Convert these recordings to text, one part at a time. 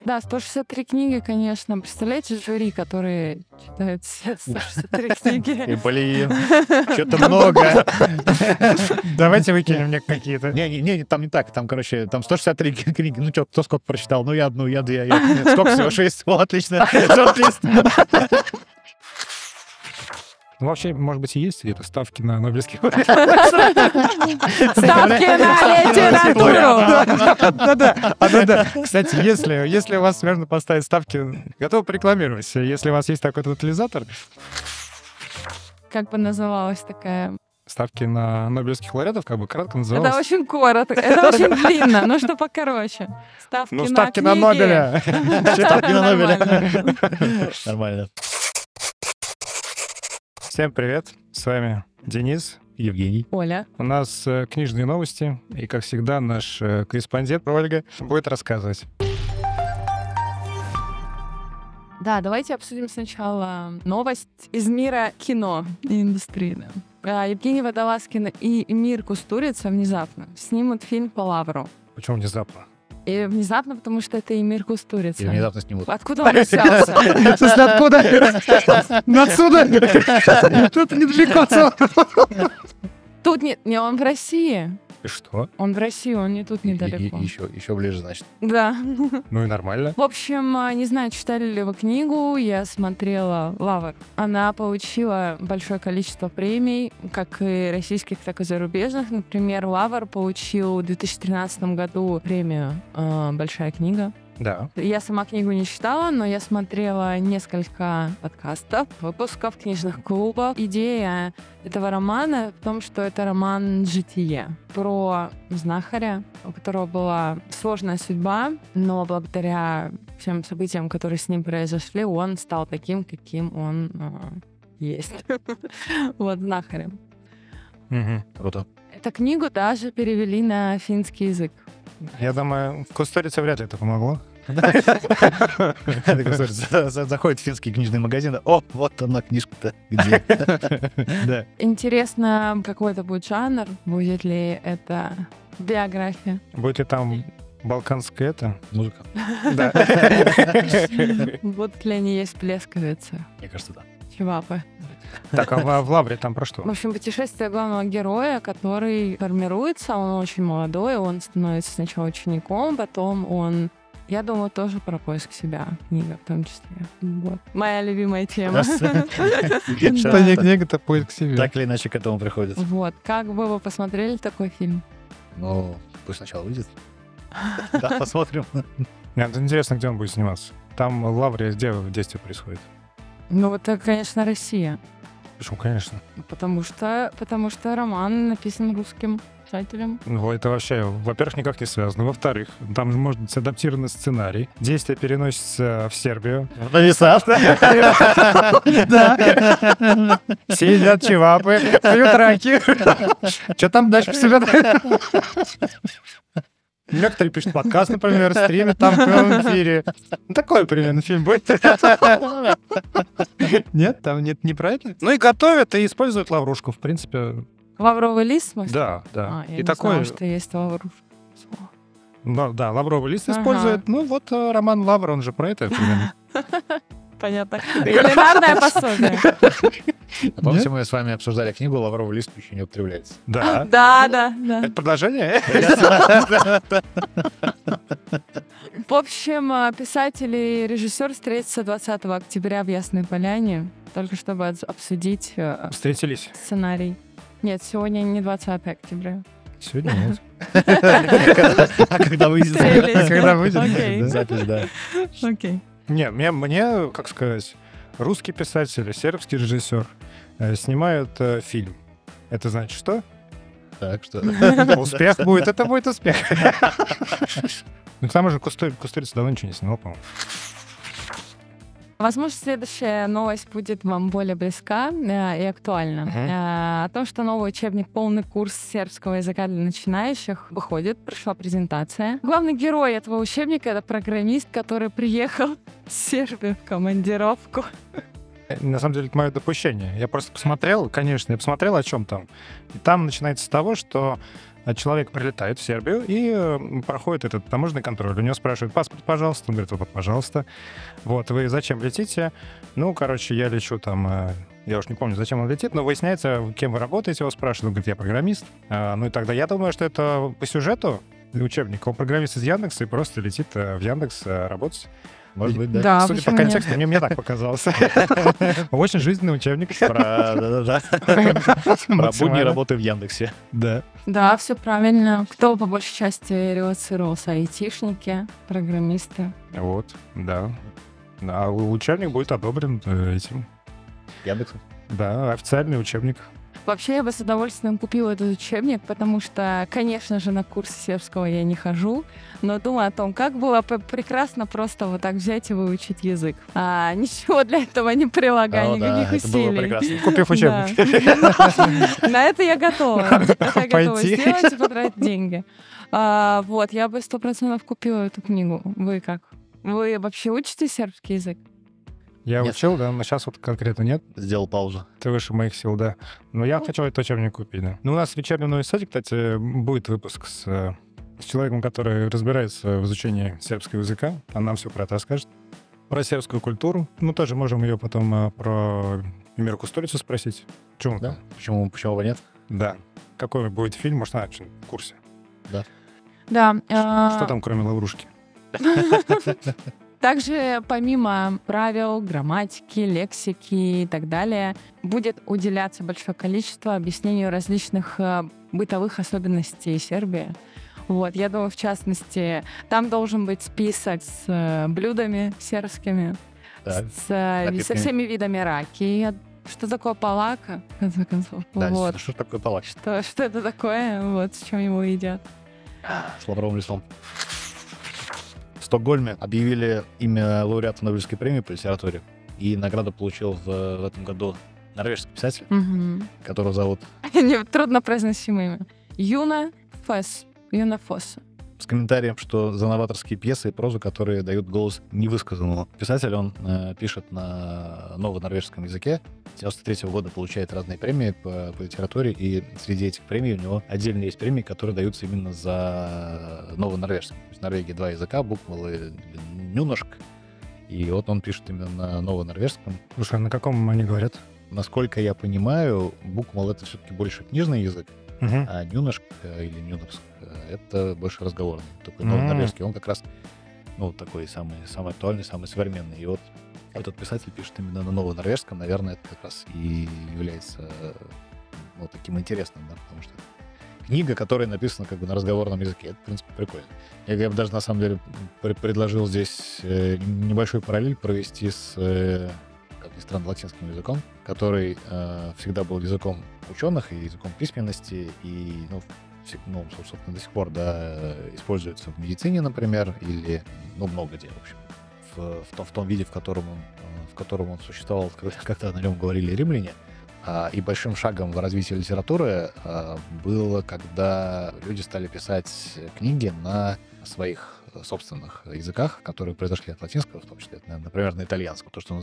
Да, 163 книги, конечно. Представляете, жюри, которые читают все 163 книги. Блин, что-то много. Давайте выкинем мне какие-то. Не, там не так. Там, короче, там 163 книги. Ну, что, кто сколько прочитал? Ну, я одну, я две. Сколько всего? 6. О, отлично. Шорт-лист. Ну, вообще, может быть, и есть где-то ставки на Нобелевский Ставки на литературу! Да. Кстати, если у вас можно поставить ставки, готов порекламировать. Если у вас есть такой тотализатор, Как бы называлась такая? ставки на Нобелевских лауреатов, как бы кратко Это называлось. очень коротко, это очень длинно, ну что покороче. Ставки Ну, на ставки на книги. Нобеля. Ставки на Нобеля. Нормально. Нормально. Всем привет, с вами Денис. Евгений. Оля. У нас книжные новости, и, как всегда, наш корреспондент Ольга будет рассказывать. Да, давайте обсудим сначала новость из мира кино и индустрии. Да. Евгений Водолазкин и Эмир Кустурица внезапно снимут фильм по Лавру. Почему внезапно? И внезапно, потому что это Эмир Кустурица. И внезапно снимут. Откуда он взялся? В смысле, откуда? Отсюда? Тут недалеко. Тут не он в России. И что? Он в России, он не тут недалеко. Еще ближе, значит. Да. Ну и нормально. В общем, не знаю, читали ли вы книгу, я смотрела «Лавр». Она получила большое количество премий, как и российских, так и зарубежных. Например, «Лавр» получил в 2013 году премию «Большая книга». Да. Я сама книгу не читала, но я смотрела несколько подкастов, выпусков книжных клубов. Идея этого романа в том, что это роман «Житие» про знахаря, у которого была сложная судьба, но благодаря всем событиям, которые с ним произошли, он стал таким, каким он есть. Вот, знахарем. Круто. Эту книгу даже перевели на финский язык. Я думаю, в Кустурице вряд ли это помогло. Заходит в финский книжный магазин. О, вот она, книжка-то где. Да. Интересно, какой это будет жанр? Будет ли это биография? Будет ли там балканская это? Музыка. Да. Будут ли они есть плесковицы? Мне кажется, да. Чевапы. Так, а в Лавре там про что? В общем, путешествие главного героя, который формируется, он очень молодой, он становится сначала учеником, потом он... Я думаю, тоже про поиск себя, книга в том числе. Вот. Моя любимая тема. Что не книга, это поиск себя. Так или иначе к этому приходит. Вот. Как бы вы посмотрели такой фильм? Ну, пусть сначала выйдет. Да, посмотрим. Нет, интересно, где он будет сниматься. Там в Лавре где в действии происходит? Ну, это, конечно, Россия. Почему, конечно. Потому что роман написан русским писателем. Ну, это вообще, во-первых, никак не связано. Во-вторых, там может быть адаптированный сценарий. Действие переносится в Сербию. На весах. Все едят чевапы, пьют раки. Что там дальше посмотрят? Некоторые пишут подкаст, например, стримят там в прямом эфире. Ну, такой примерно фильм будет. Нет, там нет, не про это. Ну и готовят, и используют лаврушку, в принципе. Лавровый лист, в смысле? Да, да. Я И не такой, знала, что есть лаврушка. ну, да, лавровый лист Ага. используют. Ну вот роман «Лавр», он же про это примерно. Понятно. Кулинарное пособие. Помните, мы с вами обсуждали книгу «Лавровый лист еще не употребляется». Да. Да. Это продолжение? В общем, писатель и режиссер встретятся 20 октября в Ясной Поляне, только чтобы обсудить Встретились. сценарий. Нет, сегодня не 20 октября. Сегодня нет. А когда выйдет? Встретились. Когда выйдет? Окей. Запись, да. Окей. Не, мне, как сказать, русский писатель, сербский режиссер снимают фильм. Это значит что? Так что... Успех будет, это будет успех. Ну, к тому же Кустурица давно ничего не снимал, по-моему. Возможно, следующая новость будет вам более близка и актуальна. О том, что новый учебник «Полный курс сербского языка для начинающих» выходит, прошла презентация. Главный герой этого учебника — это программист, который приехал в Сербию в командировку. На самом деле, это мое допущение. Я просто посмотрел, конечно, о чем там. И там начинается с того, что Человек прилетает в Сербию и проходит этот таможенный контроль. У него спрашивают: паспорт, пожалуйста. Он говорит: вот, пожалуйста. Вот, вы зачем летите? Ну, короче, я лечу там... Я уж не помню, зачем он летит, но выясняется, кем вы работаете, его спрашивают. Он говорит: я программист. Ну и тогда я думаю, что это по сюжету учебника. Он программист из Яндекса и просто летит в Яндекс работать. Может быть, да. Да, Судя по почему нет? контексту, мне так показалось. Очень жизненный учебник. Про будни работы в Яндексе. Да. Да, все правильно. Кто по большей части релацировался? Айтишники, программисты. Вот, да. А учебник будет одобрен этим. Яндексом. Да, официальный учебник. Вообще, я бы с удовольствием купила этот учебник, потому что, конечно же, на курсы сербского я не хожу, но думаю о том, как было прекрасно просто вот так взять и выучить язык. Ничего для этого не прилагая, никаких это было усилий. прекрасно. Купив учебник. Да. На это я готова. Это я готова Пойти. сделать и потратить деньги. Вот, я бы 100% купила эту книгу. Вы как? Вы вообще учите сербский язык? Я Нет. учил, да, но сейчас вот конкретно нет. Сделал паузу. Это выше моих сил, да. Но я хочу этот учебник купить, да. Ну, у нас в вечернем университете, кстати, будет выпуск с человеком, который разбирается в изучении сербского языка. Он нам все про это расскажет. Про сербскую культуру. Мы тоже можем ее потом про Эмиру Кустурицу спросить. Чему Да? там? Почему бы нет? Да. Какой будет фильм? Может, она в курсе. Да. Что там, кроме лаврушки? Также помимо правил, грамматики, лексики и так далее, будет уделяться большое количество объяснению различных бытовых особенностей Сербии. Вот, я думаю, в частности, там должен быть список с блюдами сербскими, Так. со напитками. всеми видами раки. Что такое палака, в конце концов? Да, Вот. что такое палач? Что это такое, вот, с чем его едят? С лавровым листом. В Стокгольме объявили имя лауреата Нобелевской премии по литературе. И награду получил в этом году норвежский писатель, Мгм. которого зовут Не, трудно произносимое имя. Юна Фос. с комментарием, что за новаторские пьесы и прозу, которые дают голос невысказанному. Писатель, он пишет на новонорвежском языке. С 93 года получает разные премии по литературе, и среди этих премий у него отдельно есть премии, которые даются именно за новонорвежский. То есть в Норвегии два языка, буквал и нюношк. И вот он пишет именно на новонорвежском. Слушай, а на каком они говорят? Насколько я понимаю, буквал — это все-таки больше книжный язык, Мгм. а нюношк или нюнорск — это больше разговорный. Такой М. новонорвежский, он как раз такой самый актуальный, самый современный. И вот этот писатель пишет именно на новонорвежском. Наверное, это как раз и является таким интересным, да, потому что книга, которая написана как бы на разговорном языке. Это, в принципе, прикольно. Я бы даже, на самом деле, предложил здесь небольшой параллель провести с, как ни странно, латинским языком, который всегда был языком ученых и языком письменности, и, собственно, до сих пор, да, используется в медицине, например, или, много где, в общем, в том виде, в котором он существовал, когда на нем говорили римляне. И большим шагом в развитии литературы было, когда люди стали писать книги на своих собственных языках, которые произошли от латинского, в том числе, например, на итальянском. То, что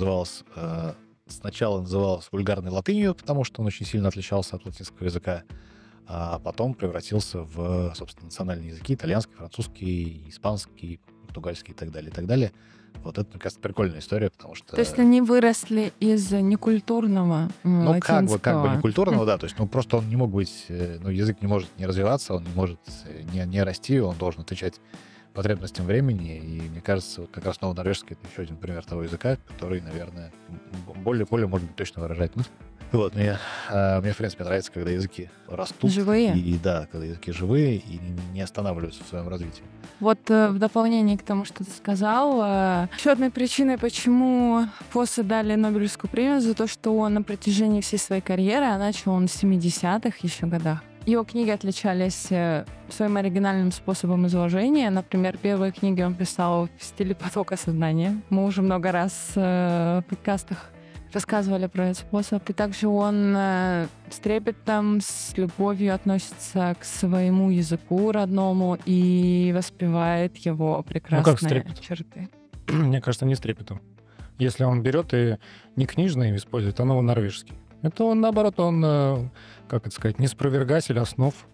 сначала называлось вульгарной латынью, потому что он очень сильно отличался от латинского языка, а потом превратился в, собственно, национальные языки: итальянский, французский, испанский, португальский и так далее, и так далее. Вот это, мне кажется, прикольная история, потому что... То есть они выросли из некультурного латинского. как бы не культурного, да, то есть, просто он не мог быть, язык не может не развиваться, он не может не расти, он должен отвечать потребностям времени, и мне кажется, вот как раз новонорвежский — это еще один пример того языка, который, наверное, более, может быть, точно выражает мысль. Вот, мне, в принципе, нравится, когда языки растут. Живые. И да, когда языки живые и не останавливаются в своем развитии. Вот в дополнение к тому, что ты сказал, еще одной причиной, почему Фоссе дали Нобелевскую премию, за то, что он на протяжении всей своей карьеры, а начал он в 70-х еще годах, его книги отличались своим оригинальным способом изложения. Например, первые книги он писал в стиле потока сознания. Мы уже много раз в подкастах рассказывали про этот способ. И также он с трепетом, с любовью относится к своему языку родному и воспевает его прекрасные с трепетом? черты. Мне кажется, не с трепетом. Если он берет и не книжный использует, а новонорвежский. Это он, наоборот, он, как это сказать, не спровергатель основ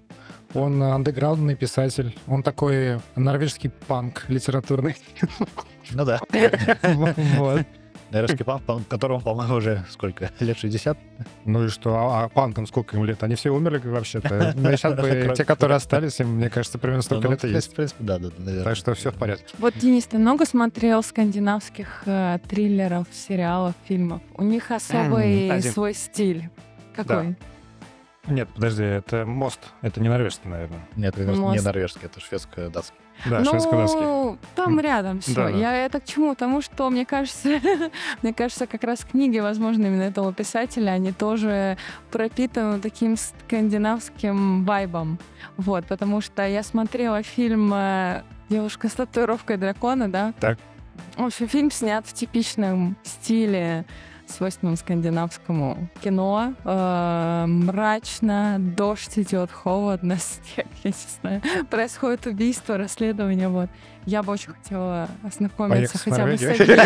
Он андеграундный писатель. Он такой норвежский панк литературный. Ну да. Вот. Норвежский панк, которому, по-моему, уже сколько? Лет 60? Ну и что? А панкам сколько им лет? Они все умерли вообще-то. Ну и сейчас бы те, которые остались, им, мне кажется, примерно столько лет и есть. В принципе, да, наверное. Так что все в порядке. Вот, Денис, ты много смотрел скандинавских триллеров, сериалов, фильмов? У них особый один. свой стиль. Какой? Нет, подожди, это мост. Это не норвежский, наверное. Нет, это не Мост. норвежский, это шведско-датский. Да, шведско-датский. Ну, там рядом все. Да-да. Я это к чему? Потому что, мне кажется, как раз книги, возможно, именно этого писателя, они тоже пропитаны таким скандинавским вайбом. Вот, потому что я смотрела фильм «Девушка с татуировкой дракона», да? Так. В общем, фильм снят в типичном стиле, свойственном скандинавскому кино. Мрачно, дождь идет, холодно, снег, я не знаю. Происходит убийство, расследование, вот. Я бы очень хотела ознакомиться Поехать в хотя бы с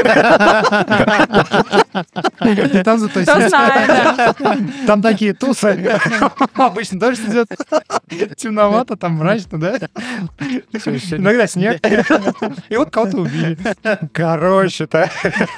Норвегию. этим. Там зато Кто знает, да. Там такие тусы. Обычно дождь идет. Темновато, там мрачно, да? Иногда снег. И вот кого-то убили. Короче-то.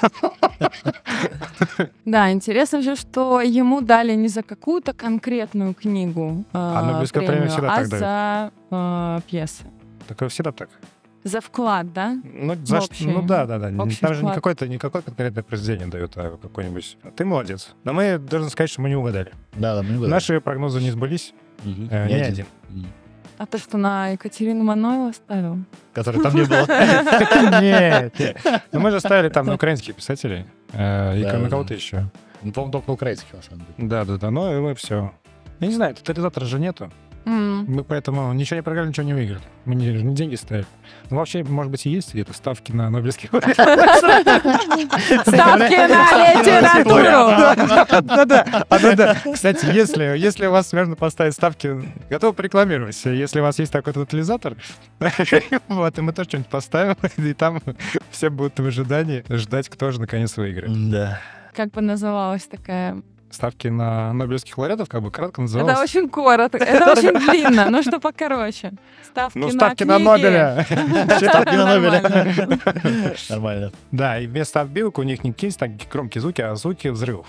Да, интересно же, что ему дали не за какую-то конкретную книгу Нобелевскую премию премию, всегда а так дают. за пьесы. Такое всегда так. За вклад, да? Ну, Общий- ну да. общий Там же не вклад. какое-то конкретное произведение дают, а какой-нибудь. Ты молодец. Но мы должны сказать, что мы не угадали. Да, мы Наши прогнозы не сбылись. Мгм. Ни один. А ты что, на Екатерину Манойло ставил? Который там не было. Нет. Ну мы же ставили там на украинские писатели. И Да, на да. кого-то еще. Ну, по-моему, только на украинских, на самом деле. Да. Ну и мы все. Я не знаю, тотализатора же нету. Мы поэтому ничего не проиграли, ничего не выиграли. Мы не деньги ставили. Ну, вообще, может быть, и есть где-то ставки на Нобелевские премии. Ставки на литературу! Да. Кстати, если у вас можно поставить ставки, готов порекламировать. Если у вас есть такой тотализатор, вот, и мы тоже что-нибудь поставим, и там все будут в ожидании ждать, кто же наконец выиграет. Да. Как бы называлась такая? Ставки на Нобелевских лауреатов как бы кратко называлось. Это очень коротко, это очень длинно, ну что покороче. Ставки на книги. Нобеля. Ставки на Нобеля. Нормально. Нормально. Да, и вместо отбивок у них не какие-то такие громкие звуки, а звуки взрывов.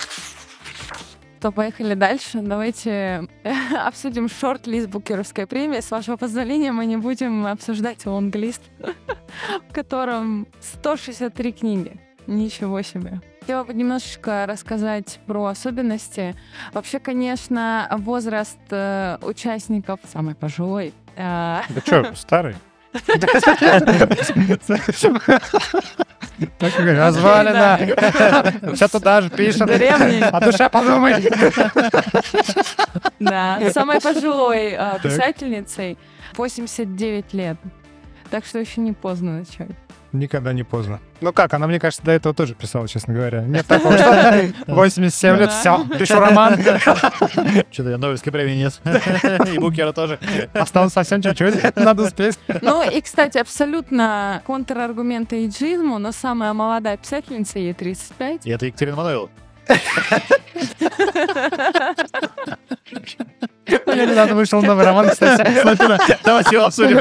То поехали дальше. Давайте обсудим шорт-лист Букеровской премии. С вашего позволения мы не будем обсуждать лонг-лист, в котором 163 книги. Ничего себе. Хотела бы немножечко рассказать про особенности. Вообще, конечно, возраст участников самый пожилой. Да что, старый? Так и развалина. Все туда же пишет. Древний. А душа подумай. Да, самой пожилой писательницей 89 лет. Так что еще не поздно начать. Никогда не поздно. Ну как, она, мне кажется, до этого тоже писала, честно говоря. Нет такого, что 87 лет, все, пишу роман. Что-то я Нобелевской премии нет. И Букера тоже. Осталось совсем чуть-чуть, надо успеть. Ну и, кстати, абсолютно контраргумент эйджизму, но самая молодая писательница, ей 35. И это Екатерина Мануйлова. Недавно вышел новый роман, кстати. Давайте его обсудим.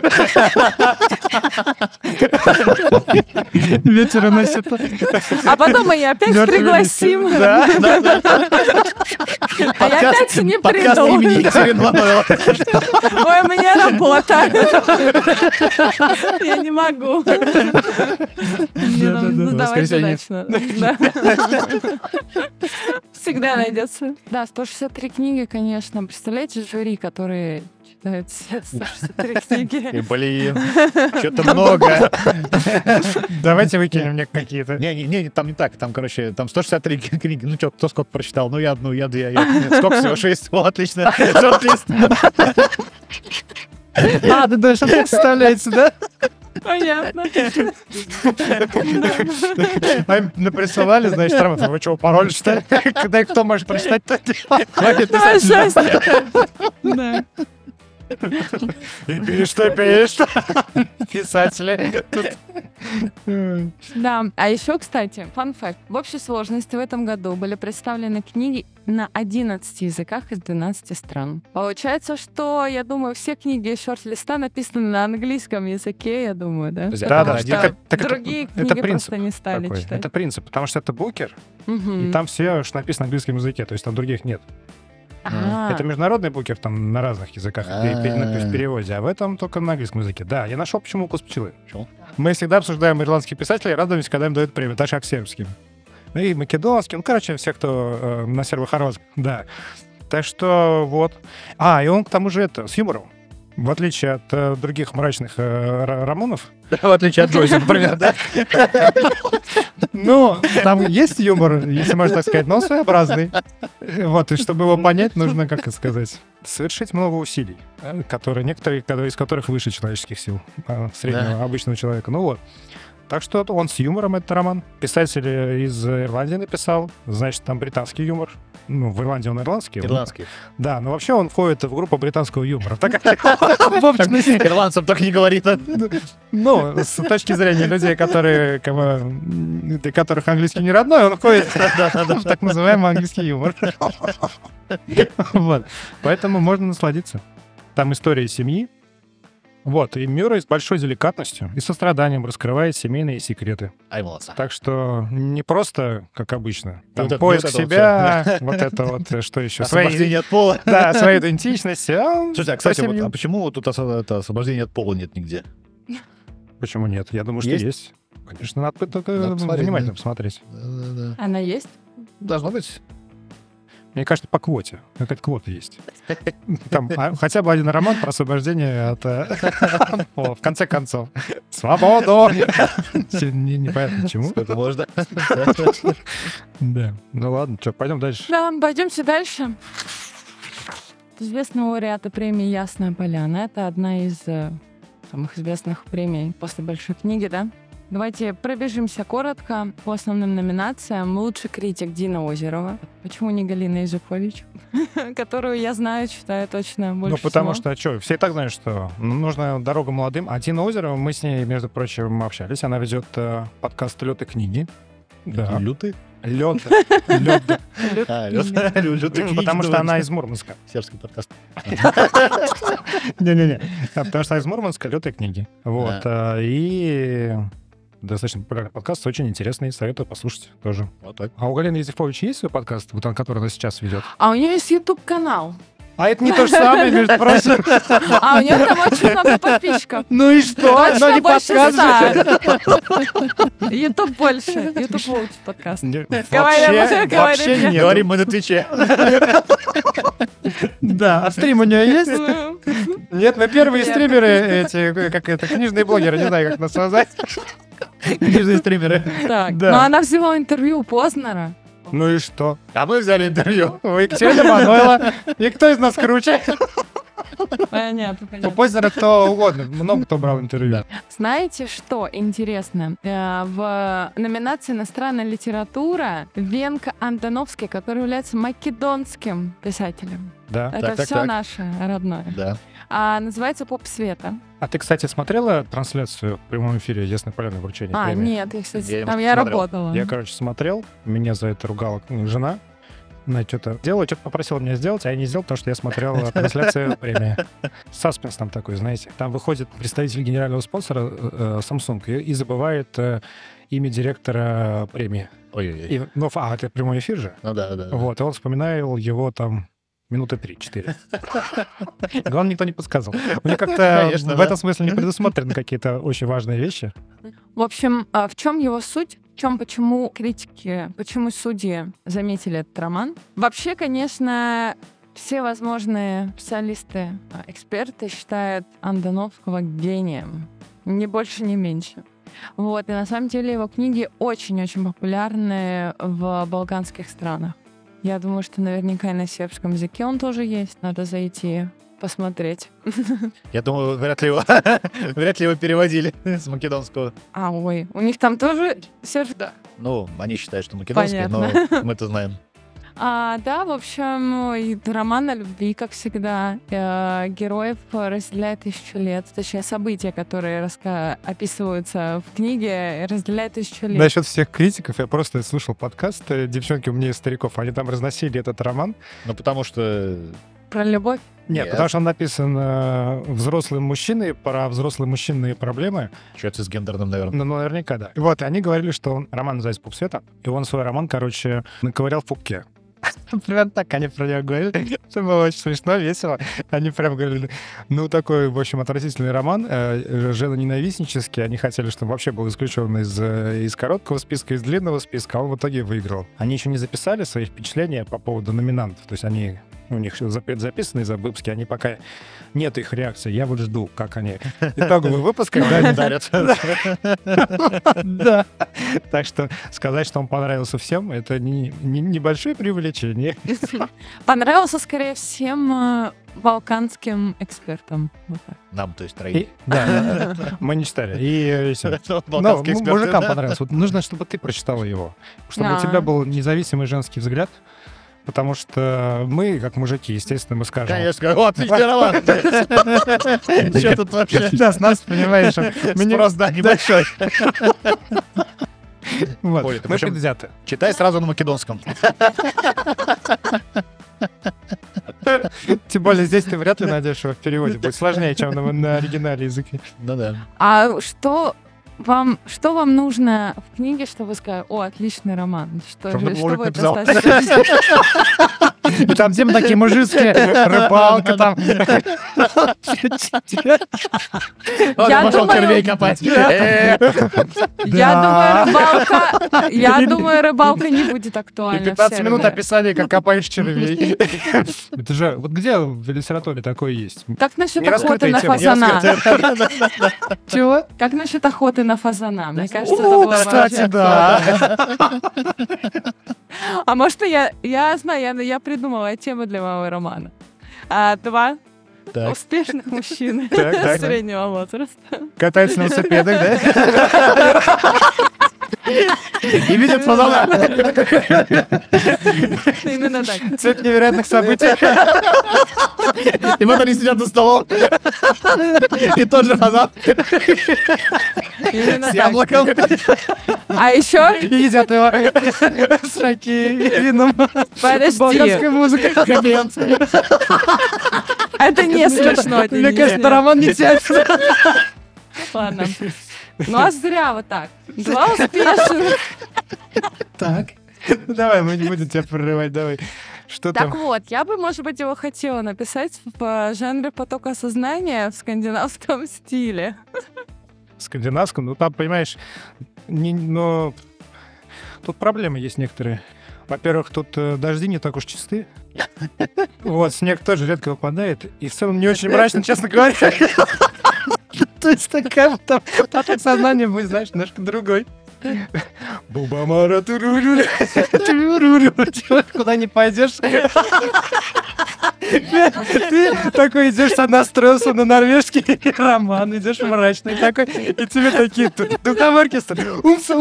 Ветер уносит. А потом мы ее опять Мёртвый пригласим. листья. Да. А я опять не Подкаст приду. имени Екатерины Мануйловой. Ой, у меня работа. Я не могу. Ну, давайте воскресенье. дальше. Да. Всегда найдется. Да, 163 книги, конечно. Представляете, жюри, которые читают все 163 книги. И, блин, что-то много. Давайте выкинем мне какие-то. Не, там не так. Там, короче, там 163 книги. Ну что, кто сколько прочитал? Ну, я одну, я две. Сколько всего? 6. О, отлично. Шорт-лист. А, ты даже представляете, да? Понятно. А им присылали, значит, там, вы что, пароль, что ли? Когда кто может прочитать, то хватит Давай писать. счастье. Да. Пишешь, писатели. Да, а еще, кстати, фан факт. В общей сложности в этом году были представлены книги на 11 языках из 12 стран. Получается, что, я думаю, все книги из шорт-листа написаны на английском языке, я думаю, да? Да, Потому да, что так другие это книги принцип просто не стали такой. читать. Это принцип, потому что это букер, Мгм. и там все уж написано на английском языке, то есть там других нет. А, Это международный букер там на разных языках в переводе, а в этом только на английском языке. Да, я нашел, почему «Укус пчелы». Почему? Мы всегда обсуждаем ирландских писателей, радуемся, когда им дают премию, так же как сербским. Ну и македонским, ну, короче, все, кто на сербо-хорватском, да. Так что вот. И он к тому же это, с юмором. В отличие от других мрачных романов. В отличие от Джойса, например, да? Ну, там есть юмор, если можно так сказать, но он своеобразный. Вот, и чтобы его понять, нужно, как это сказать, совершить много усилий, которые некоторые из которых выше человеческих сил среднего обычного человека. Ну вот. Так что он с юмором, этот роман. Писатель из Ирландии написал, значит, там британский юмор. Ну, в Ирландии он ирландский. Ирландский. Да, но вообще он входит в группу британского юмора. Ирландцам так не говорит. Ну, с точки зрения людей, для которых английский не родной, он входит в так называемый английский юмор. Вот. Поэтому можно насладиться. Там история семьи. Вот, и Мюррей с большой деликатностью и состраданием раскрывает семейные секреты. Ай, молодца. Так что не просто, как обычно, там, Вот это- поиск вот это вот себя, вот это вот, что еще? Освобождение от пола. Да, своей идентичности. Слушайте, а, кстати, вот, а почему тут это освобождение от пола нет нигде? Почему нет? Я думаю, что Есть? есть. Конечно, надо только Надо посмотреть, внимательно да. посмотреть. Да-да-да. она есть? Должно быть. Мне кажется, по квоте. Какая-то квота есть. Там хотя бы один роман про освобождение от пола. В конце концов. Свободу! Непонятно почему. Сколько можно. Да. Ну ладно, что, пойдем дальше. Да, пойдемте дальше. Известного лауреата премии «Ясная поляна». Это одна из самых известных премий после «Большой книги», да? Давайте пробежимся коротко по основным номинациям. Лучший критик Дина Озерова. Почему не Галина Изюфович? Которую я знаю, читаю точно больше Ну, потому всего. что, все и так знают, что нужна дорога молодым. А Дина Озерова, мы с ней, между прочим, общались. Она ведет подкаст «Лёд и книги». Да. Лютый? Лёд. Лютый книги. Потому что она из Мурманска. Сербский подкаст. Не-не-не. Потому что она из Мурманска, «Лёд и книги». Вот. И достаточно популярный подкаст, очень интересный, советую послушать тоже. Вот так. А у Галины Юзефович есть свой подкаст, вот он, который она сейчас ведет? А у нее есть YouTube-канал. А это не то же самое, между прочим. А у нее там очень много подписчиков. Ну и что? Точно Но не больше подкаст же. 100. YouTube больше. YouTube лучше подкаст. Вообще Говорим, нет. Говорим мы на Твиче. Да, а стрим у нее есть? Нет, мы первые стримеры эти, как это, книжные блогеры, не знаю, как нас назвать. Книжные стримеры. Так, Да. но она взяла интервью у Познера. Ну и что? А мы взяли интервью. У Екатерины Манойла. И кто из нас круче? Понятно, У понятно. Познера кто угодно. Много кто брал интервью. Да. Знаете, что интересно? В номинации «Иностранная литература» Венка Антоновский, который является македонским писателем. Да. Это так, все так. наше родное. Да. А называется «Поп света». А ты, кстати, смотрела трансляцию в прямом эфире «Ясное поляное вручение А, премии»? нет, я, кстати, Я там не я смотрел. работала. Я, короче, смотрел, меня за это ругала жена. Она что-то делала, что-то попросила меня сделать, а я не сделал, потому что я смотрел трансляцию премии. Саспенс там такой, знаете. Там выходит представитель генерального спонсора Samsung и забывает имя директора премии. Ой-ой-ой. Это прямой эфир же. Ну да, да. Вот, и он вспоминал его там минуты 3-4. Главное, никто не подсказал. У меня как-то Конечно, в да. этом смысле не предусмотрены какие-то очень важные вещи. В общем, в чем его суть? Почему критики, почему судьи заметили этот роман? Вообще, конечно, все возможные специалисты, эксперты считают Антоновского гением. Ни больше, ни меньше. Вот, и на самом деле его книги очень-очень популярны в балканских странах. Я думаю, что наверняка и на сербском языке он тоже есть. Надо зайти посмотреть. Я думаю, вряд ли его переводили с македонского. У них там тоже серб... Ну, они считают, что македонский, но Понятно. мы-то знаем. Да, в общем, роман о любви, как всегда. Героев разделяет 1000 лет. Точнее, события, которые описываются в книге, разделяет 1000 лет. Насчет всех критиков, я просто слушал подкаст «Девчонки умнее стариков». Они там разносили этот роман. Ну, потому что... Про любовь? Нет, потому что он написан взрослым мужчиной про взрослые мужчинные проблемы. Что-то с гендерным, наверное. Ну, наверняка, да. Вот, и они говорили, что роман называется «Пуп света», и он свой роман, наковырял в пупке. Прям так они про него говорили. Это было очень смешно, весело. Они прям говорили, такой, в общем, отвратительный роман, женоненавистнический. Они хотели, чтобы вообще был исключен из короткого списка, из длинного списка, а он в итоге выиграл. Они еще не записали свои впечатления по поводу номинантов. То есть у них все записаны за выпуски, они пока нет их реакции. Я вот жду, как они итоговый выпуск, когда они дарят. Да. Так что сказать, что он понравился всем, это небольшое преувеличение. Понравился, скорее, всем балканским экспертам. Нам, то есть, троим. Да, мы не читали. И мужикам понравилось. Вот нужно, чтобы ты прочитала его. Чтобы у тебя был независимый женский взгляд. Потому что мы, как мужики, естественно, мы скажем... Конечно, отличный роман. Что тут вообще? Да, с нас, понимаешь, спрос, да, небольшой. Мы предвзяты. Читай сразу на македонском. Тем более здесь ты вряд ли найдешь его в переводе. Будет сложнее, чем на оригинале языке. Ну да. А что вам нужно в книге, чтобы вы сказали, отличный роман? Что будет достаточно? И там темы такие мужицкие, рыбалка там. Он пошел червей копать. Я думаю, рыбалка не будет актуальна. 15 минут описания, как копаешь червей. Это же, вот где в литературе такое есть? Как насчет охоты на фазана? Чего? Как насчет охоты на фазана? Мне кажется, это было кстати, да. А может, я знаю, я придумала тему для моего романа. 2 успешных мужчины среднего возраста. Катаются на велосипедах, да? И видят фазана. Именно так. Цепь невероятных событий. И вот они сидят за столом. И тот же фазан. С яблоком. А еще... И едят его с раки и вином. Подожди. Болгарская музыка. Это не смешно. Мне кажется, роман не тянет. Ладно. Ну а зря вот так. 2 успешных. Так. Давай, мы не будем тебя прерывать, давай. Что так там? вот, я бы, может быть, его хотела написать в жанре потока сознания в скандинавском стиле. В скандинавском? Ну, там, понимаешь, но тут проблемы есть некоторые. Во-первых, тут дожди не так уж чисты. Вот, снег тоже редко выпадает. И в целом не очень мрачно, честно говоря. То есть такая там поток сознания будет, знаешь, немножко другой. Бубамара туруру. Куда не пойдешь. Ты такой идешь, настроился на норвежский роман, идешь мрачный такой, и тебе такие духовой оркестр. Умса.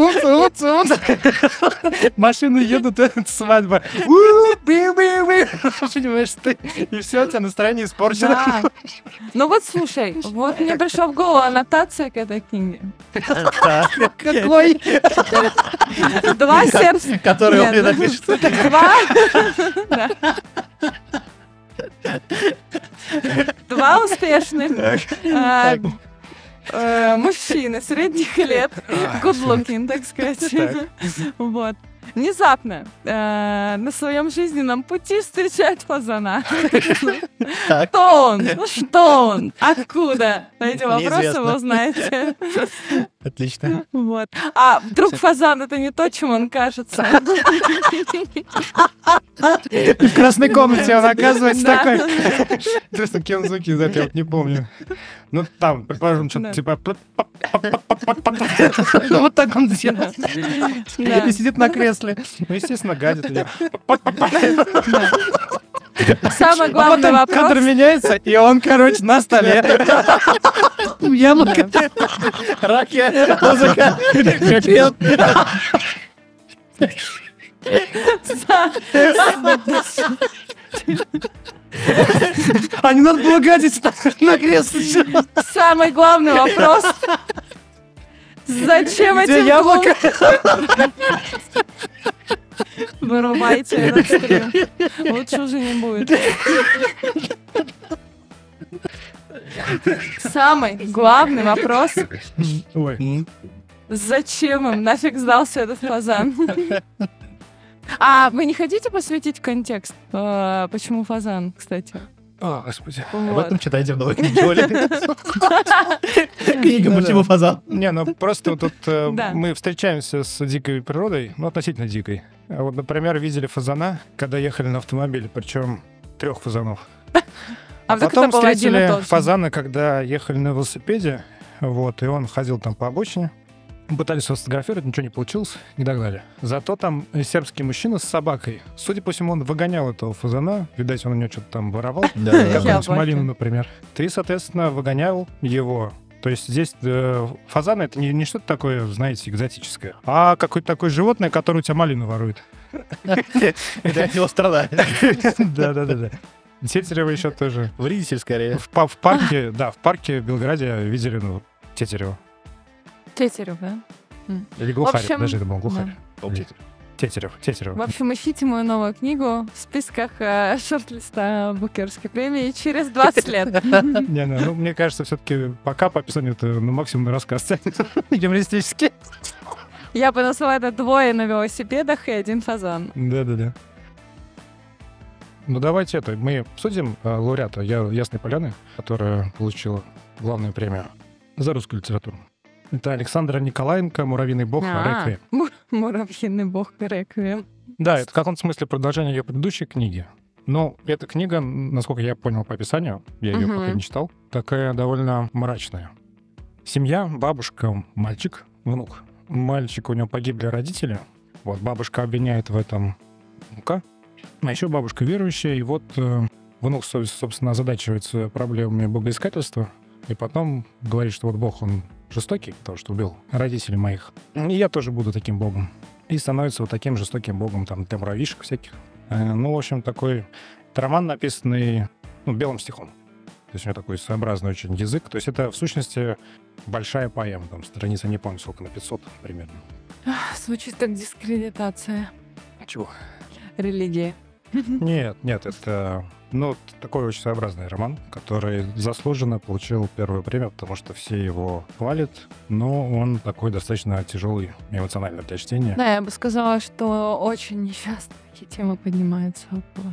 Машины едут, свадьба. Понимаешь, ты, и все, у тебя настроение испорчено. Да. Ну вот слушай, вот мне пришла в голову аннотация к этой книге. Какой? 2 сердца. Который он мне напишет. 2 успешных мужчины средних лет, good looking, так сказать. Вот. Внезапно на своем жизненном пути встречает фазана. Кто он? Что он? Откуда? На эти вопросы вы узнаете. Отлично. Вот. А вдруг фазан — это не то, чем он кажется? И в красной комнате он оказывается такой. Интересно, кем звуки издает, я вот не помню. Ну, там, предположим, что-то типа... Вот так он делает. И сидит на кресле. Ну, естественно, гадит ее. Самый главный вопрос... Кадр меняется, и он, короче, на столе. Яблоко. Раки, музыка, А не надо было гадить на кресло. Самый главный вопрос. Зачем Где этим яблоко? Вырубайте этот стрим. Лучше уже не будет. Самый главный вопрос. Ой. Зачем им нафиг сдался этот фазан? А вы не хотите посвятить контекст? Почему фазан, кстати? О, господи. Об Вот. этом читайте в новой книге Оли. Книга «Почему фазан?». Не, ну просто вот тут Да. мы встречаемся с дикой природой, ну, относительно дикой. А вот, например, видели фазана, когда ехали на автомобиле, причем 3 фазанов. А вдруг это Потом был один и встретили тот же? фазана, когда ехали на велосипеде, вот, и он ходил там по обочине. Пытались его сфотографировать, ничего не получилось, не догнали. Зато там сербский мужчина с собакой. Судя по всему, он выгонял этого фазана. Видать, он у него что-то там воровал. Да-да-да. Какую-нибудь Яблоки. малину, например. Ты, соответственно, выгонял его. То есть здесь фазан — это не что-то такое, знаете, экзотическое, а какое-то такое животное, которое у тебя малину ворует. Это от него страдает. Да-да-да. Тетерева еще тоже. Вредитель скорее. В парке, да, в парке в Белграде видели, ну, тетерева. Тетерев, да? Или глухарь, общем, даже это был глухарь. Тетерева. В общем, ищите мою новую книгу в списках шорт-листа Букерской премии через 20 лет. Не, ну, мне кажется, все-таки пока по описанию это максимум на рассказ тянет. Юмористически. Я бы назвала это 2 на велосипедах и 1 фазан. Да-да-да. Ну, давайте это. Мы обсудим лауреата Ясной Поляны, которая получила главную премию за русскую литературу. Это Александра Николаенко, «Муравьиный бог» «Реквием». Муравьиный бог Реквием. Да, это в каком-то смысле продолжение ее предыдущей книги. Но эта книга, насколько я понял по описанию, я ее пока не читал, такая довольно мрачная. Семья, бабушка, мальчик, внук. Мальчик, у него погибли родители. Вот, бабушка обвиняет в этом внука. А еще бабушка верующая, и вот внук, собственно, озадачивается проблемами богоискательства, и потом говорит, что вот Бог, он жестокий, потому что убил родителей моих. И я тоже буду таким богом. И становится вот таким жестоким богом там для муравьишек всяких. Ну, в общем, такой роман, написанный белым стихом. То есть у него такой своеобразный очень язык. То есть это, в сущности, большая поэма. Там страница, не помню, сколько, на 500 примерно. Звучит как дискредитация Чего? религии. Нет, это, такой очень своеобразный роман, который заслуженно получил первую премию, потому что все его хвалят, но он такой достаточно тяжелый эмоционально для чтения. Да, я бы сказала, что очень нечасто такие темы поднимаются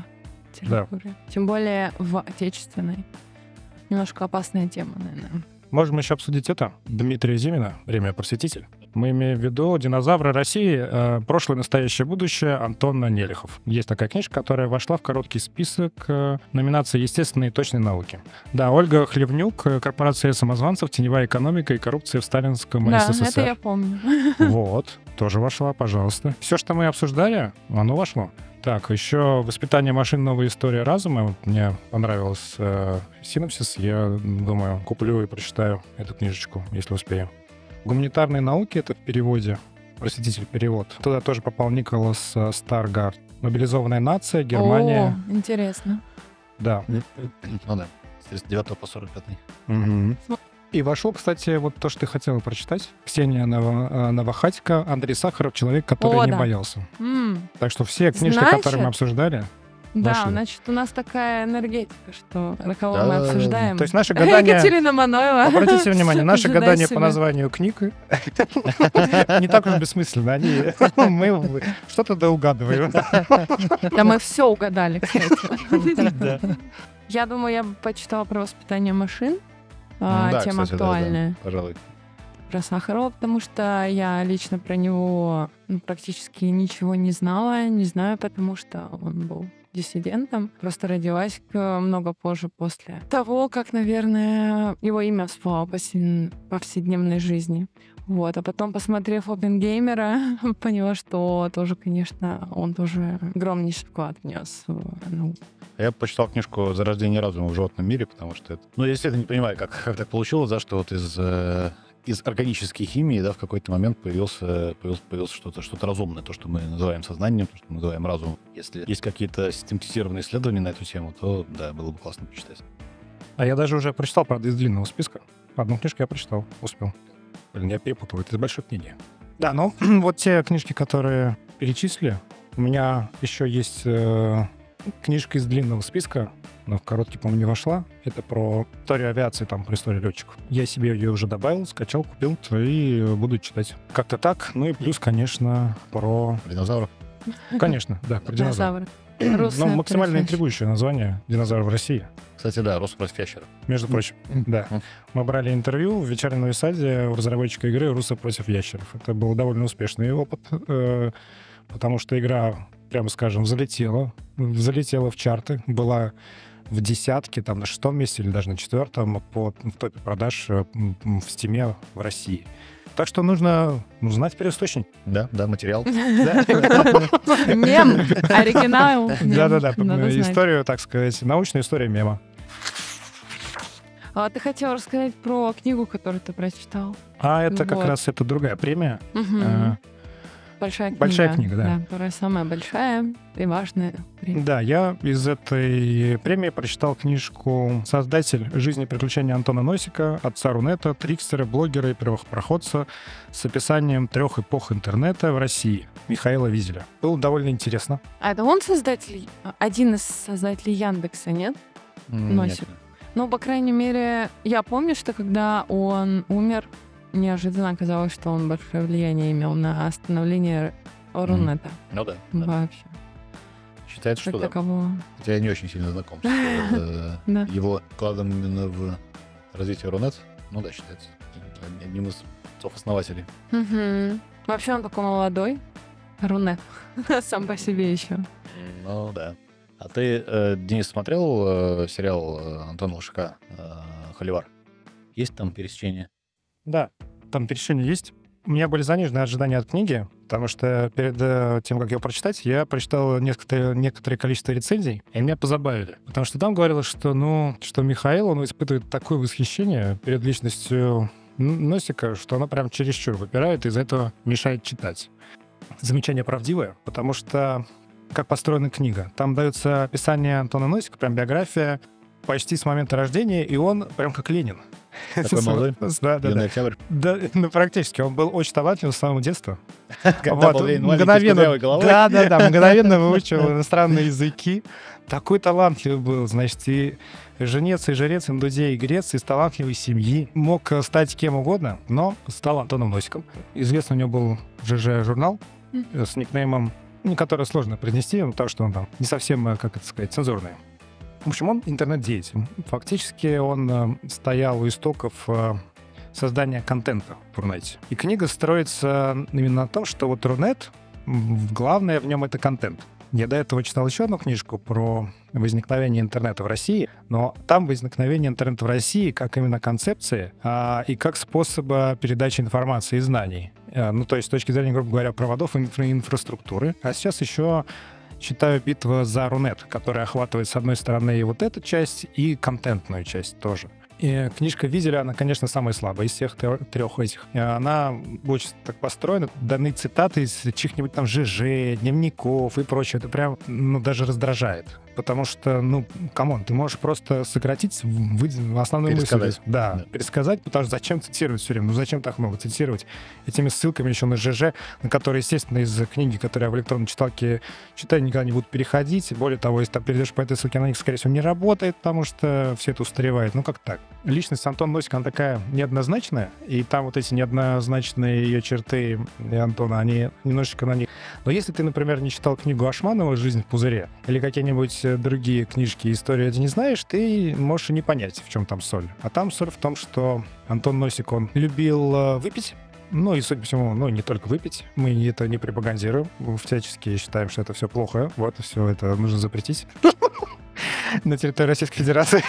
в литературе. Тем более в отечественной. Немножко опасная тема, наверное. Можем еще обсудить это. Дмитрия Зимина, «Время просветитель». Мы имеем в виду «Динозавры России. Прошлое, настоящее, будущее» Антона Нелихов. Есть такая книжка, которая вошла в короткий список номинаций «Естественные и точные науки». Да, Ольга Хлевнюк, «Корпорация самозванцев. Теневая экономика и коррупция в сталинском Да, СССР». это я помню. Вот, тоже вошла, пожалуйста. Все, что мы обсуждали, оно вошло. Так, еще «Воспитание машин. Новая история разума». Вот мне понравилась синопсис. Я думаю, куплю и прочитаю эту книжечку, если успею. «Гуманитарные науки» — это в переводе, просветитель перевод. Туда тоже попал Николас Старгард. «Мобилизованная нация. Германия». О, интересно. Да. Ну да, с 39 по 45. Мгм. И вошло, кстати, вот то, что ты хотела прочитать. Ксения Новохатько, Андрей Сахаров, «Человек, который О, не да. боялся». М, Так что все книжки, Значит, которые мы обсуждали, Да, вошли. значит, у нас такая энергетика, что на кого Да. мы обсуждаем. То есть наше гадание... Екатерина Маноева. Обратите внимание, наше Ожидай гадание по себя. названию книг не так уж бессмысленно. Мы что-то доугадываем. Да мы все угадали, кстати. Да. Я думаю, я бы почитала про воспитание машин. Да, Тема кстати, да, актуальная. пожалуй. Про Сахарова, потому что я лично про него практически ничего не знала. Не знаю, потому что он был диссидентом. Просто родилась много позже после того, как, наверное, его имя всплыло в повседневной жизни. Вот. А потом, посмотрев «Оппенгеймера», поняла, что тоже, конечно, он тоже огромнейший вклад внес в науку. Я почитал книжку «Зарождение разума в животном мире», потому что это... Ну, я действительно не понимаю, как так получилось, да, что вот из из органической химии, да, в какой-то момент появилось что-то разумное, то, что мы называем сознанием, то, что мы называем разумом. Если есть какие-то систематизированные исследования на эту тему, то, да, было бы классно почитать. А я даже уже прочитал, правда, из длинного списка. Одну книжку я прочитал, успел. Блин, я перепутал, это из большой книги. Да, ну, вот те книжки, которые перечислили, у меня еще есть книжка из длинного списка, но в короткий, по-моему, не вошла. Это про историю авиации, там, про историю летчиков. Я себе ее уже добавил, скачал, купил и буду читать. Как-то так. Ну и плюс, конечно, про... Динозавров? Конечно, да, про динозавров. Динозавры. Ну, максимально интригующее название «Динозавр в России». Кстати, да, «Руссо против ящеров». Между прочим, да. Мы брали интервью в «Вечернем Новосаде» у разработчика игры «Руссо против ящеров». Это был довольно успешный опыт, потому что игра, прямо скажем, залетела в чарты, была в десятке, там, на 6-м месте или даже на 4-м в топе продаж в Стиме в России. Так что нужно знать первоисточник. Да, материал. Мем, оригинал. Да-да-да, историю, так сказать, научная история мема. А ты хотел рассказать про книгу, которую ты прочитал? А это как раз это другая премия. Большая книга. Большая книга, да. Которая самая большая и важная. Да, я из этой премии прочитал книжку «Создатель жизни и приключения Антона Носика, отца Рунета, трикстера, блогера и первопроходца с описанием 3 эпох интернета в России» Михаила Визеля. Было довольно интересно. А это он создатель, один из создателей Яндекса, нет? Носик. Нет. Ну, по крайней мере, я помню, что когда он умер, неожиданно оказалось, что он большое влияние имел на становление Рунета. Ну да. Вообще. Считается, что да. Такового. Хотя я не очень сильно знаком с его вкладом именно в развитие Рунет. Ну да, считается одним из отцов-основателей. Вообще он такой молодой. Рунет. Сам по себе еще. Ну да. А ты, Денис, смотрел сериал Антона Лошака «Холивар»? Есть там пересечение? Да, там пересечение есть. У меня были заниженные ожидания от книги, потому что перед тем, как ее прочитать, я прочитал некоторое количество рецензий, и меня позабавили. Потому что там говорилось, что Михаил, он испытывает такое восхищение перед личностью Носика, что она прям чересчур выпирает, и из-за этого мешает читать. Замечание правдивое, потому что как построена книга. Там дается описание Антона Носика, прям биография почти с момента рождения, и он прям как Ленин. Такой молодой? Да. Октябрь? Да, ну, практически. Он был очень талантлив с самого детства. Когда был Ленин маленький, с кудрявой головой? Да, мгновенно выучил иностранные языки. Такой талантливый был, значит, и женец, и жрец, индудей, и грец, из талантливой семьи. Мог стать кем угодно, но стал Антоном Носиком. Известно, у него был ЖЖ-журнал с никнеймом, который сложно произнести, потому что он там не совсем, как это сказать, цензурный. В общем, он интернет-деятель. Фактически он стоял у истоков создания контента в Рунете. И книга строится именно на том, что вот Рунет, главное в нем это контент. Я до этого читал еще одну книжку про возникновение интернета в России, но там возникновение интернета в России как именно концепции и как способа передачи информации и знаний. Ну, то есть с точки зрения, грубо говоря, проводов и инфраструктуры. А сейчас еще читаю «Битва за Рунет», которая охватывает, с одной стороны, и вот эту часть, и контентную часть тоже. И книжка Визеля, она, конечно, самая слабая из всех трех этих. Она очень так построена, даны цитаты из чьих-нибудь там ЖЖ, дневников и прочее. Это прям, даже раздражает. Потому что, камон, ты можешь просто сократить основную мысль. Да, пересказать, потому что зачем цитировать все время? Зачем так много цитировать? Этими ссылками еще на ЖЖ, на которые, естественно, из книги, которые я в электронной читалке читаю, никогда не будут переходить. Более того, если там перейдешь по этой ссылке, она, скорее всего, не работает, потому что все это устаревает. Как так? Личность Антона Носика, она такая неоднозначная, и там вот эти неоднозначные ее черты Антона, они немножечко на них. Но если ты, например, не читал книгу Ашманова «Жизнь в пузыре» или какие-нибудь другие книжки, истории ты не знаешь, ты можешь и не понять, в чем там соль. А там соль в том, что Антон Носик, он любил выпить. И, судя по всему, не только выпить. Мы это не пропагандируем. Всячески считаем, что это все плохо. Вот, все это нужно запретить на территории Российской Федерации.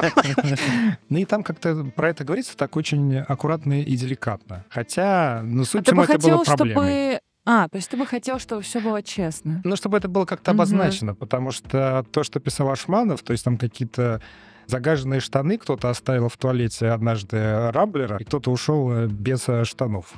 И там как-то про это говорится так очень аккуратно и деликатно. Хотя, суть всему, это было проблемой. То есть ты бы хотел, чтобы все было честно? Чтобы это было как-то обозначено, потому что то, что писал Ашманов, то есть там какие-то загаженные штаны кто-то оставил в туалете однажды Рамблера, и кто-то ушел без штанов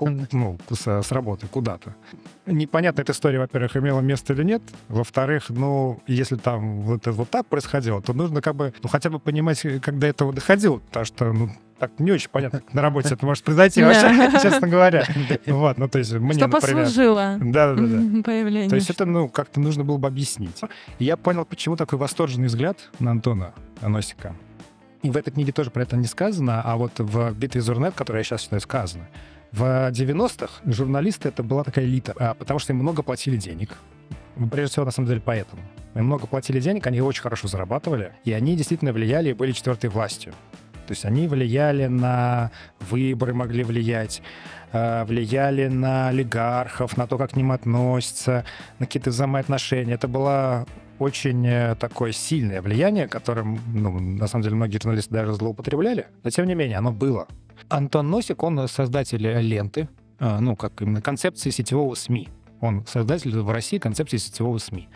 с работы куда-то. Непонятно, эта история, во-первых, имела место или нет. Во-вторых, если там вот так происходило, то нужно хотя бы понимать, как до этого доходило, потому что, так не очень понятно, как на работе это может произойти вообще, честно говоря. Вот, то есть мне, Что например... послужило появлению. То есть это, штанов. как-то нужно было бы объяснить. И я понял, почему такой восторженный взгляд на Антона Носика. И в этой книге тоже про это не сказано, а вот в «Битве за Рунет», которая я сейчас считаю, сказано. В 90-х журналисты — это была такая элита, потому что им много платили денег. Прежде всего, на самом деле, поэтому. Им много платили денег, они очень хорошо зарабатывали, и они действительно влияли и были четвертой властью. То есть они влияли на выборы, могли влиять, влияли на олигархов, на то, как к ним относятся, на какие-то взаимоотношения. Это было очень такое сильное влияние, которым, на самом деле, многие журналисты даже злоупотребляли, но тем не менее оно было. Антон Носик, он создатель ленты, как именно концепции сетевого СМИ. Он создатель в России концепции сетевого СМИ.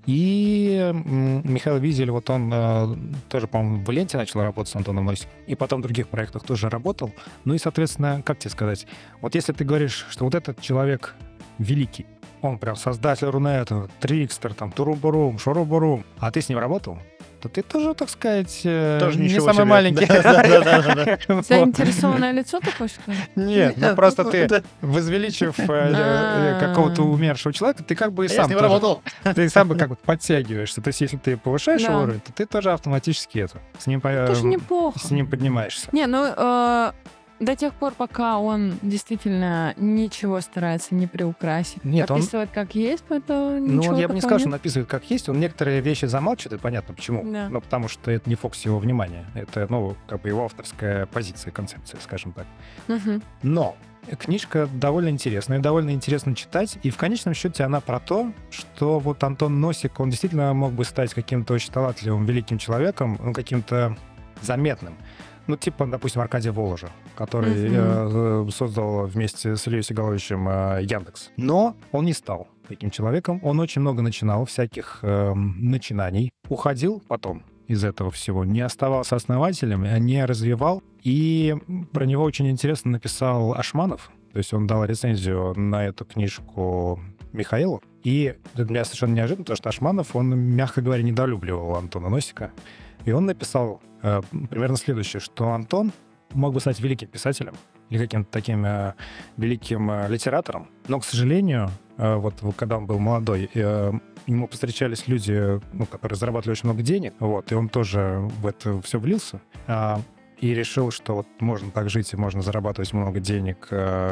И Михаил Визель, он тоже, по-моему, в ленте начал работать с Антоном Носиком, и потом в других проектах тоже работал. И, соответственно, как тебе сказать, вот если ты говоришь, что вот этот человек великий, он прям создатель Рунета, Трикстер, Турум-Бурум, Шурум-Бурум, а ты с ним работал, то ты тоже, так сказать, тоже не ничего самый себе. маленький. Заинтересованное лицо такое, что ли? Нет, просто ты, возвеличив какого-то умершего человека, ты как бы и Я сам с ним тоже- работал. ты сам бы как бы подтягиваешься. То есть если ты повышаешь Да. уровень, то ты тоже автоматически с ним Тоже неплохо. поднимаешься. Не, до тех пор, пока он действительно ничего старается не приукрасить, Нет, он- описывает как есть, это Ну, ничего я бы не такого сказал, что нет. он описывает как есть. Он некоторые вещи замалчивает, и понятно почему. Да. Потому что это не фокус его внимания. Это, его авторская позиция, концепция, скажем так. Мгм. Но книжка довольно интересная, довольно интересно читать, и в конечном счете она про то, что вот Антон Носик, он действительно мог бы стать каким-то очень талантливым, великим человеком, каким-то заметным. Типа, допустим, Аркадия Воложа, который создал вместе с Ильей Сигаловичем Яндекс. Но он не стал таким человеком. Он очень много начинал всяких начинаний. Уходил потом из этого всего, не оставался основателем, не развивал. И про него очень интересно написал Ашманов. То есть он дал рецензию на эту книжку Михаилу. И это для меня совершенно неожиданно, потому что Ашманов, он, мягко говоря, недолюбливал Антона Носика. И он написал примерно следующее, что Антон мог бы стать великим писателем или каким-то таким великим литератором, но, к сожалению, вот когда он был молодой, ему повстречались люди, которые зарабатывали очень много денег, и он тоже в это все влился, и решил, что вот можно так жить и можно зарабатывать много денег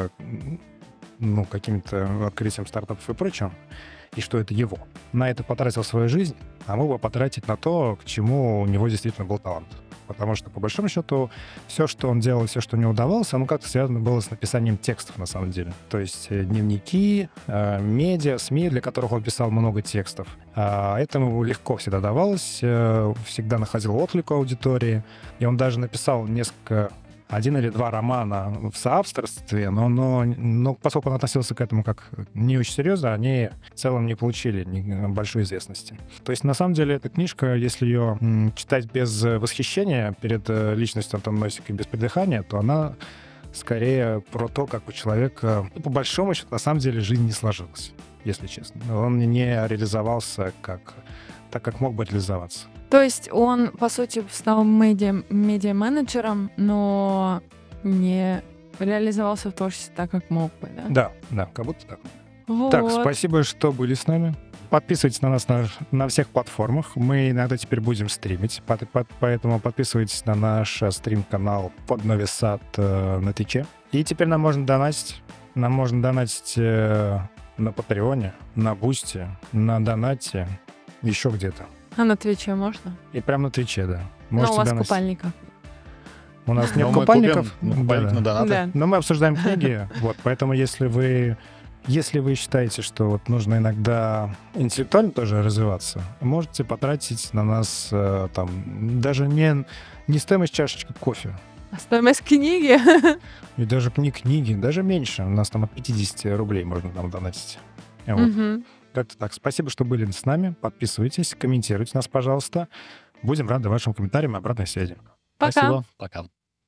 каким-то открытием стартапов и прочим, и что это его. На это потратил свою жизнь, а мог бы потратить на то, к чему у него действительно был талант. Потому что, по большому счету, все, что он делал, все, что у него удавалось, оно как-то связано было с написанием текстов, на самом деле. То есть дневники, медиа, СМИ, для которых он писал много текстов. Это ему легко всегда давалось, всегда находил отклик у аудитории. И он даже написал один или два романа в соавторстве, но поскольку он относился к этому как не очень серьезно, они в целом не получили большой известности. То есть, на самом деле, эта книжка, если ее читать без восхищения перед личностью Антона Носика и без придыхания, то она скорее про то, как у человека, по большому счету, на самом деле, жизнь не сложилась, если честно. Он не реализовался так, как мог бы реализоваться. То есть он, по сути, стал медиа-менеджером, но не реализовался в творчестве так, как мог бы, да? Да, как будто так. Вот. Так, спасибо, что были с нами. Подписывайтесь на нас на всех платформах. Мы иногда теперь будем стримить, поэтому подписывайтесь на наш стрим-канал под Нови Сад на Твиче. И теперь нам можно донатить. Нам можно донатить на Патреоне, на Бусти, на Донате, еще где-то. А на Твиче можно? И прямо на Твиче, да. Но у вас донатить. купальников. У нас нет Но мы купальников. купим купальник на донаты. Да. Но мы обсуждаем книги, поэтому если вы считаете, что нужно иногда интеллектуально тоже развиваться, можете потратить на нас даже не стоимость чашечки кофе, А стоимость книги? и даже не книги, даже меньше. У нас там от 50 рублей можно нам донатить. Вот. Мгм. Как-то так. Спасибо, что были с нами. Подписывайтесь, комментируйте нас, пожалуйста. Будем рады вашим комментариям и обратной связи. Пока. Спасибо. Пока.